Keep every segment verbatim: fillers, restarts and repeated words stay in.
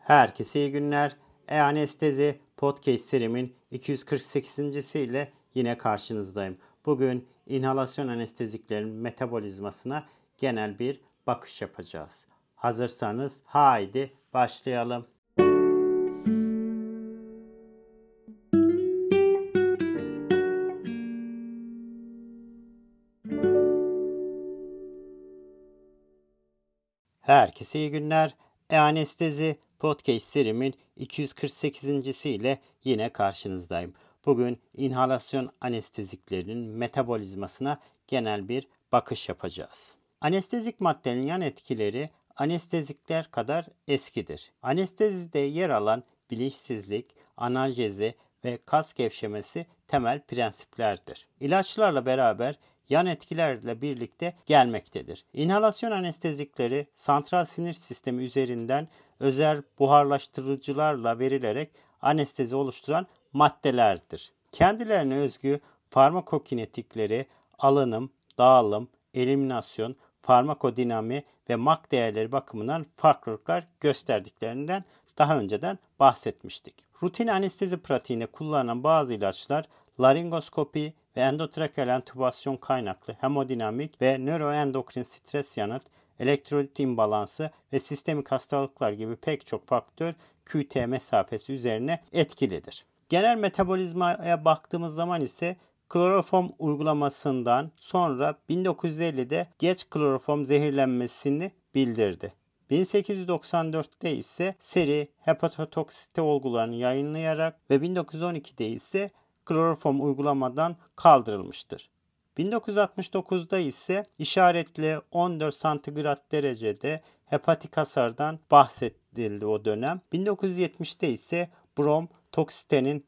Herkese iyi günler. E-Anestezi Podcast serimin iki yüz kırk sekizincisi ile yine karşınızdayım. Bugün inhalasyon anesteziklerin metabolizmasına genel bir bakış yapacağız. Hazırsanız haydi başlayalım. Herkese iyi günler. E-Anestezi Podcast serimin iki yüz kırk sekizincisi ile yine karşınızdayım. Bugün inhalasyon anesteziklerinin metabolizmasına genel bir bakış yapacağız. Anestezik maddenin yan etkileri anestezikler kadar eskidir. Anestezide yer alan bilinçsizlik, analjezi ve kas gevşemesi temel prensiplerdir. İlaçlarla beraber yan etkilerle birlikte gelmektedir. İnhalasyon anestezikleri santral sinir sistemi üzerinden özel buharlaştırıcılarla verilerek anestezi oluşturan maddelerdir. Kendilerine özgü farmakokinetikleri, alınım, dağılım, eliminasyon, farmakodinami ve M A K değerleri bakımından farklılıklar gösterdiklerinden daha önceden bahsetmiştik. Rutin anestezi pratiğinde kullanılan bazı ilaçlar laringoskopi ve endotrakeal entübasyon kaynaklı hemodinamik ve nöroendokrin stres yanıt, elektrolit imbalansı ve sistemik hastalıklar gibi pek çok faktör Q T mesafesi üzerine etkilidir. Genel metabolizmaya baktığımız zaman ise kloroform uygulamasından sonra bin dokuz yüz ellide geç kloroform zehirlenmesini bildirdi. bin sekiz yüz doksan dörtte ise seri hepatotoksite olgularını yayınlayarak ve bin dokuz yüz on ikide ise kloroform uygulamadan kaldırılmıştır. bin dokuz yüz altmış dokuzda ise işaretli on dört santigrat derecede hepatik hasardan bahsedildi o dönem. bin dokuz yüz yetmişte ise brom toksitenin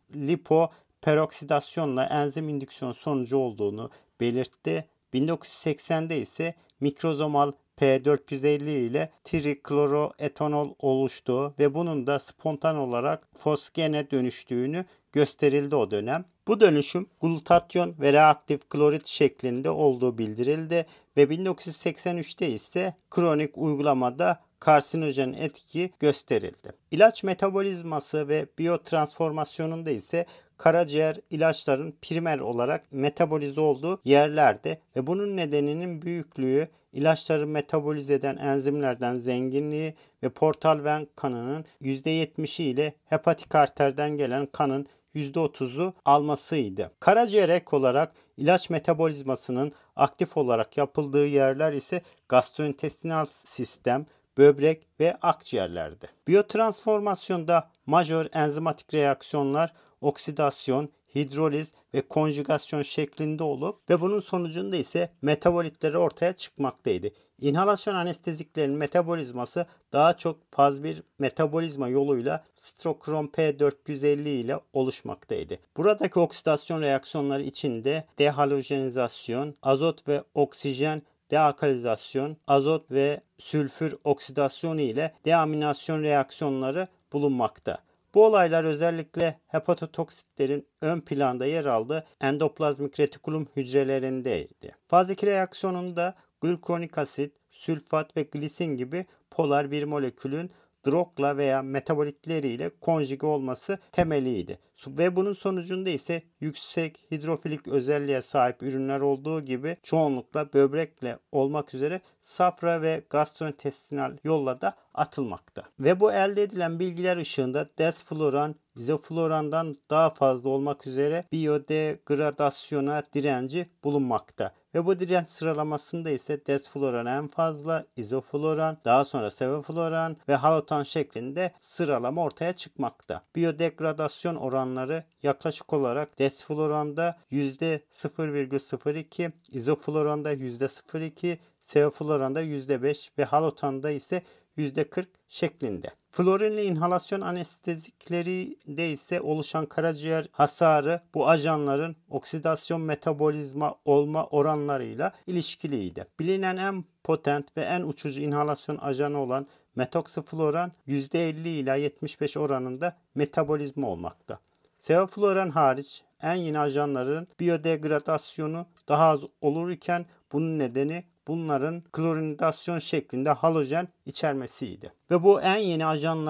lipoperoksidasyonla enzim indüksiyon sonucu olduğunu belirtti. bin dokuz yüz seksende ise mikrozomal P dört yüz elli ile trikloroetanol oluştuğu ve bunun da spontan olarak fosgene dönüştüğünü gösterildi o dönem. Bu dönüşüm glutatyon ve reaktif klorit şeklinde olduğu bildirildi ve bin dokuz yüz seksen üçte ise kronik uygulamada karsinojen etki gösterildi. İlaç metabolizması ve biyotransformasyonunda ise karaciğer ilaçların primer olarak metabolize olduğu yerlerde ve bunun nedeninin büyüklüğü, ilaçları metabolize eden enzimlerden zenginliği ve portal ven kanının yüzde yetmişi ile hepatik arterden gelen kanın yüzde otuzu almasıydı. Karaciğer ek olarak ilaç metabolizmasının aktif olarak yapıldığı yerler ise gastrointestinal sistem, böbrek ve akciğerlerdi. Biyotransformasyonda majör enzimatik reaksiyonlar oksidasyon, hidroliz ve konjugasyon şeklinde olup ve bunun sonucunda ise metabolitleri ortaya çıkmaktaydı. İnhalasyon anesteziklerin metabolizması daha çok faz bir metabolizma yoluyla strokrom P dört yüz elli ile oluşmaktaydı. Buradaki oksidasyon reaksiyonları içinde dehalojenizasyon, azot ve oksijen dealkalizasyon, azot ve sülfür oksidasyonu ile deaminasyon reaksiyonları bulunmakta. Bu olaylar özellikle hepatotoksitlerin ön planda yer aldığı endoplazmik retikulum hücrelerindeydi. Faz iki reaksiyonunda glukonik asit, sülfat ve glisin gibi polar bir molekülün drogla veya metabolitleriyle konjüge olması temeliydi. Ve bunun sonucunda ise yüksek hidrofilik özelliğe sahip ürünler olduğu gibi çoğunlukla böbrekle olmak üzere safra ve gastrointestinal yolla da atılmakta. Ve bu elde edilen bilgiler ışığında desfluran, izoflurandan daha fazla olmak üzere biyodegradasyona direnci bulunmakta. Ve bu direnç sıralamasında ise desfluran en fazla, izofluran, daha sonra sevofluran ve halotan şeklinde sıralama ortaya çıkmakta. Biyodegradasyon oranları yaklaşık olarak desfluranda yüzde sıfır virgül sıfır iki, izofluranda yüzde sıfır virgül iki, sevofluranda yüzde beş ve halotanda ise yüzde kırk şeklinde. Florinli inhalasyon anesteziklerinde ise oluşan karaciğer hasarı bu ajanların oksidasyon metabolizma olma oranlarıyla ilişkiliydi. Bilinen en potent ve en uçucu inhalasyon ajanı olan metoksifloran yüzde elli ila yetmiş beş oranında metabolizma olmakta. Sevofluran hariç en yeni ajanların biyodegradasyonu daha az olur iken bunun nedeni bunların klorinasyon şeklinde halojen içermesiydi. Ve bu en yeni ajanlar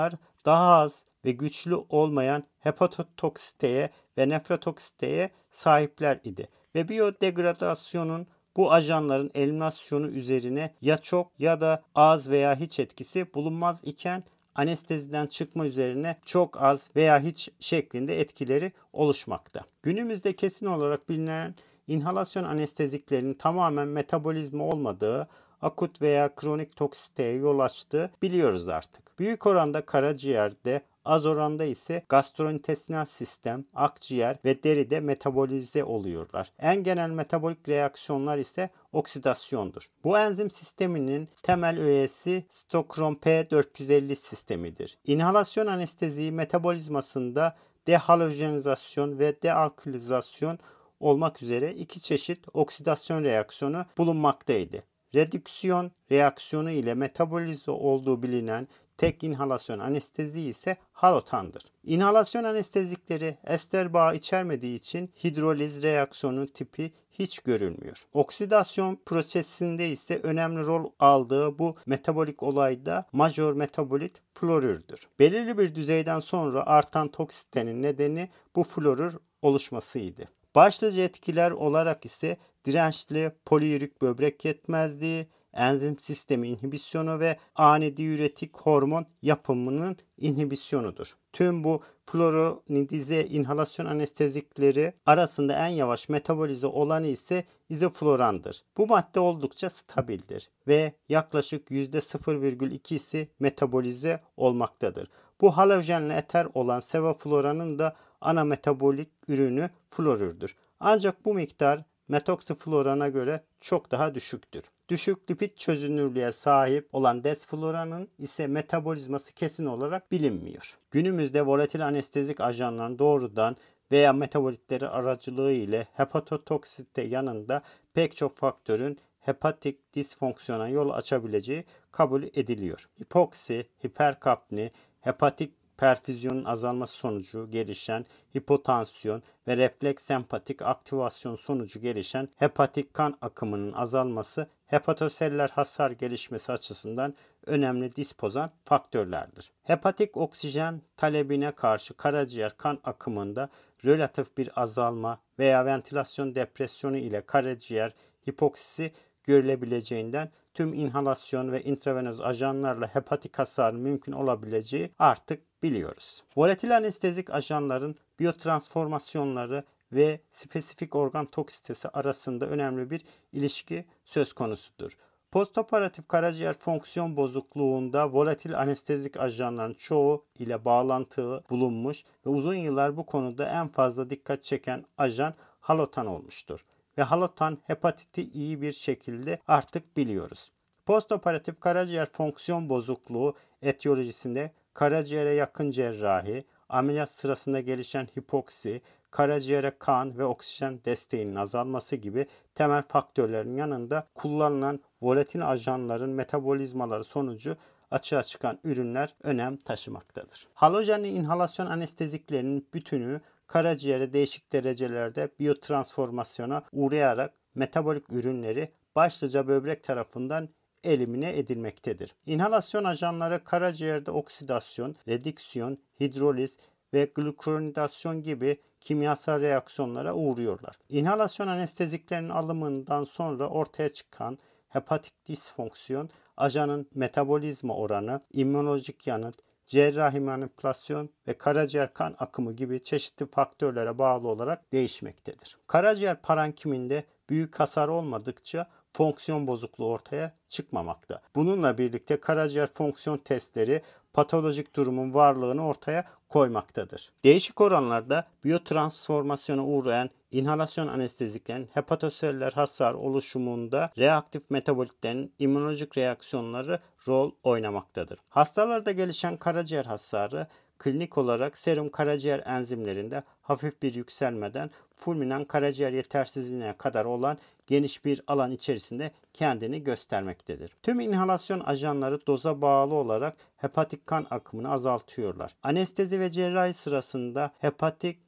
daha az ve güçlü olmayan hepatotoksiteye ve nefrotoksiteye sahipler idi. Ve biyodegredasyonun bu ajanların eliminasyonu üzerine ya çok ya da az veya hiç etkisi bulunmaz iken anesteziden çıkma üzerine çok az veya hiç şeklinde etkileri oluşmakta. Günümüzde kesin olarak bilinen inhalasyon anesteziklerinin tamamen metabolizma olmadığı, akut veya kronik toksiteye yol açtığı biliyoruz artık. Büyük oranda karaciğerde, az oranda ise gastrointestinal sistem, akciğer ve deride metabolize oluyorlar. En genel metabolik reaksiyonlar ise oksidasyondur. Bu enzim sisteminin temel öğesi sitokrom P dört yüz elli sistemidir. İnhalasyon anesteziği metabolizmasında dehalojenizasyon ve dealkilizasyon olmak üzere iki çeşit oksidasyon reaksiyonu bulunmaktaydı. Redüksiyon reaksiyonu ile metabolize olduğu bilinen tek inhalasyon anestezi ise halotandır. İnhalasyon anestezikleri ester bağı içermediği için hidroliz reaksiyonu tipi hiç görülmüyor. Oksidasyon prosesinde ise önemli rol aldığı bu metabolik olayda majör metabolit florürdür. Belirli bir düzeyden sonra artan toksitenin nedeni bu florür oluşmasıydı. Başlıca etkiler olarak ise dirençli poliürik böbrek yetmezliği, enzim sistemi inhibisyonu ve ani diüretik hormon yapımının inhibisyonudur. Tüm bu fluoronidize inhalasyon anestezikleri arasında en yavaş metabolize olanı ise izoflorandır. Bu madde oldukça stabildir ve yaklaşık yüzde sıfır virgül ikisi metabolize olmaktadır. Bu halojenli eter olan sevofloranın da ana metabolik ürünü florürdür. Ancak bu miktar metoksiflorana göre çok daha düşüktür. Düşük lipid çözünürlüğe sahip olan desfloranın ise metabolizması kesin olarak bilinmiyor. Günümüzde volatil anestezik ajanların doğrudan veya metabolitleri aracılığı ile hepatotoksite yanında pek çok faktörün hepatik disfonksiyona yol açabileceği kabul ediliyor. Hipoksi, hiperkapni, hepatik perfüzyonun azalması sonucu gelişen hipotansiyon ve refleks sempatik aktivasyon sonucu gelişen hepatik kan akımının azalması hepatoseller hasar gelişmesi açısından önemli dispozan faktörlerdir. Hepatik oksijen talebine karşı karaciğer kan akımında relatif bir azalma veya ventilasyon depresyonu ile karaciğer hipoksisi görülebileceğinden tüm inhalasyon ve intravenöz ajanlarla hepatik hasar mümkün olabileceği artık biliyoruz. Volatil anestezik ajanların biyotransformasyonları ve spesifik organ toksitesi arasında önemli bir ilişki söz konusudur. Postoperatif karaciğer fonksiyon bozukluğunda volatil anestezik ajanların çoğu ile bağlantı bulunmuş ve uzun yıllar bu konuda en fazla dikkat çeken ajan halotan olmuştur. Ve halotan hepatiti iyi bir şekilde artık biliyoruz. Postoperatif karaciğer fonksiyon bozukluğu etiyolojisinde karaciğere yakın cerrahi, ameliyat sırasında gelişen hipoksi, karaciğere kan ve oksijen desteğinin azalması gibi temel faktörlerin yanında kullanılan volatil ajanların metabolizmaları sonucu açığa çıkan ürünler önem taşımaktadır. Halojenli inhalasyon anesteziklerinin bütünü karaciğere değişik derecelerde biyotransformasyona uğrayarak metabolik ürünleri başlıca böbrek tarafından elimine edilmektedir. İnhalasyon ajanları karaciğerde oksidasyon, redüksiyon, hidroliz ve glukuronidasyon gibi kimyasal reaksiyonlara uğruyorlar. İnhalasyon anesteziklerinin alımından sonra ortaya çıkan hepatik disfonksiyon, ajanın metabolizma oranı, immünolojik yanıt, cerrahi manipülasyon ve karaciğer kan akımı gibi çeşitli faktörlere bağlı olarak değişmektedir. Karaciğer parenkiminde büyük hasar olmadıkça fonksiyon bozukluğu ortaya çıkmamakta. Bununla birlikte karaciğer fonksiyon testleri patolojik durumun varlığını ortaya koymaktadır. Değişik oranlarda biyotransformasyona uğrayan inhalasyon anesteziklerin hepatoseller hasar oluşumunda reaktif metabolitlerin immünolojik reaksiyonları rol oynamaktadır. Hastalarda gelişen karaciğer hasarı klinik olarak serum karaciğer enzimlerinde hafif bir yükselmeden fulminen karaciğer yetersizliğine kadar olan geniş bir alan içerisinde kendini göstermektedir. Tüm inhalasyon ajanları doza bağlı olarak hepatik kan akımını azaltıyorlar. Anestezi ve cerrahi sırasında hepatik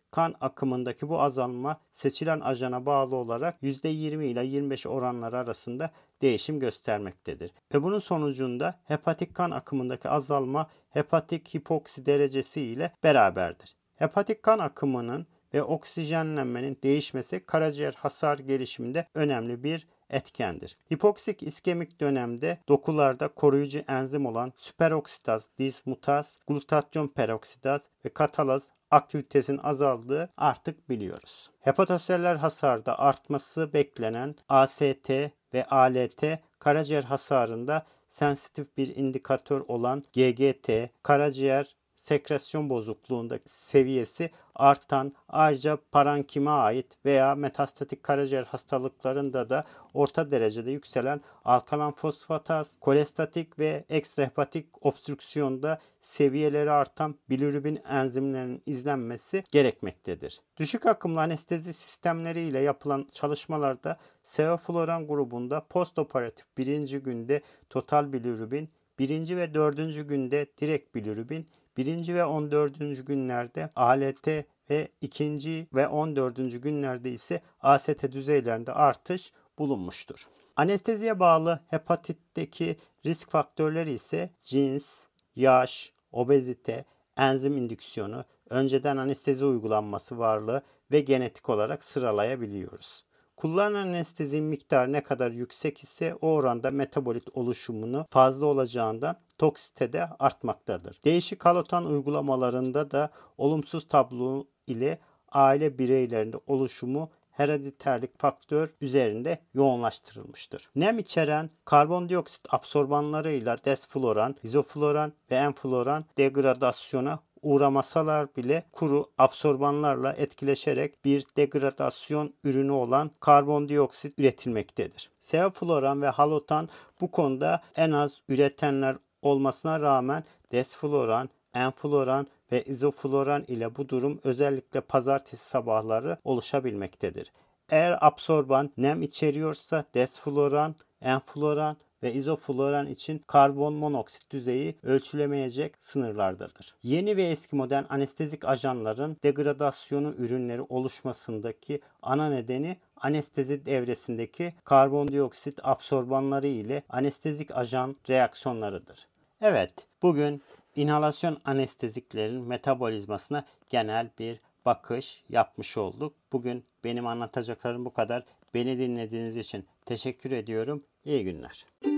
kan akımındaki bu azalma seçilen ajana bağlı olarak yüzde yirmi ile yirmi beş oranları arasında değişim göstermektedir. Ve bunun sonucunda hepatik kan akımındaki azalma hepatik hipoksi derecesi ile beraberdir. Hepatik kan akımının ve oksijenlenmenin değişmesi karaciğer hasar gelişiminde önemli bir etkendir. Hipoksik iskemik dönemde dokularda koruyucu enzim olan süperoksidaz, dismutaz, glutatyon peroksidaz ve katalaz aktivitesinin azaldığı artık biliyoruz. Hepatoseller hasarda artması beklenen A S T ve A L T karaciğer hasarında sensitif bir indikatör olan G G T, karaciğer sekresyon bozukluğunda seviyesi artan, ayrıca parankime ait veya metastatik karaciğer hastalıklarında da orta derecede yükselen alkalan fosfataz, kolestatik ve ekstrahepatik obstrüksiyonda seviyeleri artan bilirubin enzimlerinin izlenmesi gerekmektedir. Düşük akımlı anestezi sistemleri ile yapılan çalışmalarda sevofluran grubunda postoperatif birinci günde total bilirubin, birinci ve dördüncü günde direkt bilirubin, birinci ve on dördüncü günlerde A L T ve ikinci ve on dördüncü günlerde ise A S T düzeylerinde artış bulunmuştur. Anesteziye bağlı hepatitteki risk faktörleri ise cins, yaş, obezite, enzim indüksiyonu, önceden anestezi uygulanması varlığı ve genetik olarak sıralayabiliyoruz. Kullanılan anestezi miktarı ne kadar yüksek ise o oranda metabolit oluşumunu fazla olacağından toksite de artmaktadır. Değişik halotan uygulamalarında da olumsuz tablo ile aile bireylerinde oluşumu herediterlik faktör üzerinde yoğunlaştırılmıştır. Nem içeren karbondioksit absorbanlarıyla desfloran, izofloran ve enfloran degradasyona uğramasalar bile kuru absorbanlarla etkileşerek bir degradasyon ürünü olan karbondioksit üretilmektedir. Sevofloran ve halotan bu konuda en az üretenler olmasına rağmen desfloran, enfloran ve izofloran ile bu durum özellikle pazartesi sabahları oluşabilmektedir. Eğer absorban nem içeriyorsa desfloran, enfloran ve izofloran için karbon monoksit düzeyi ölçülemeyecek sınırlardadır. Yeni ve eski modern anestezik ajanların degradasyonu ürünleri oluşmasındaki ana nedeni anestezi devresindeki karbondioksit absorbanları ile anestezik ajan reaksiyonlarıdır. Evet, bugün inhalasyon anesteziklerin metabolizmasına genel bir bakış yapmış olduk. Bugün benim anlatacaklarım bu kadar. Beni dinlediğiniz için teşekkür ediyorum. İyi günler.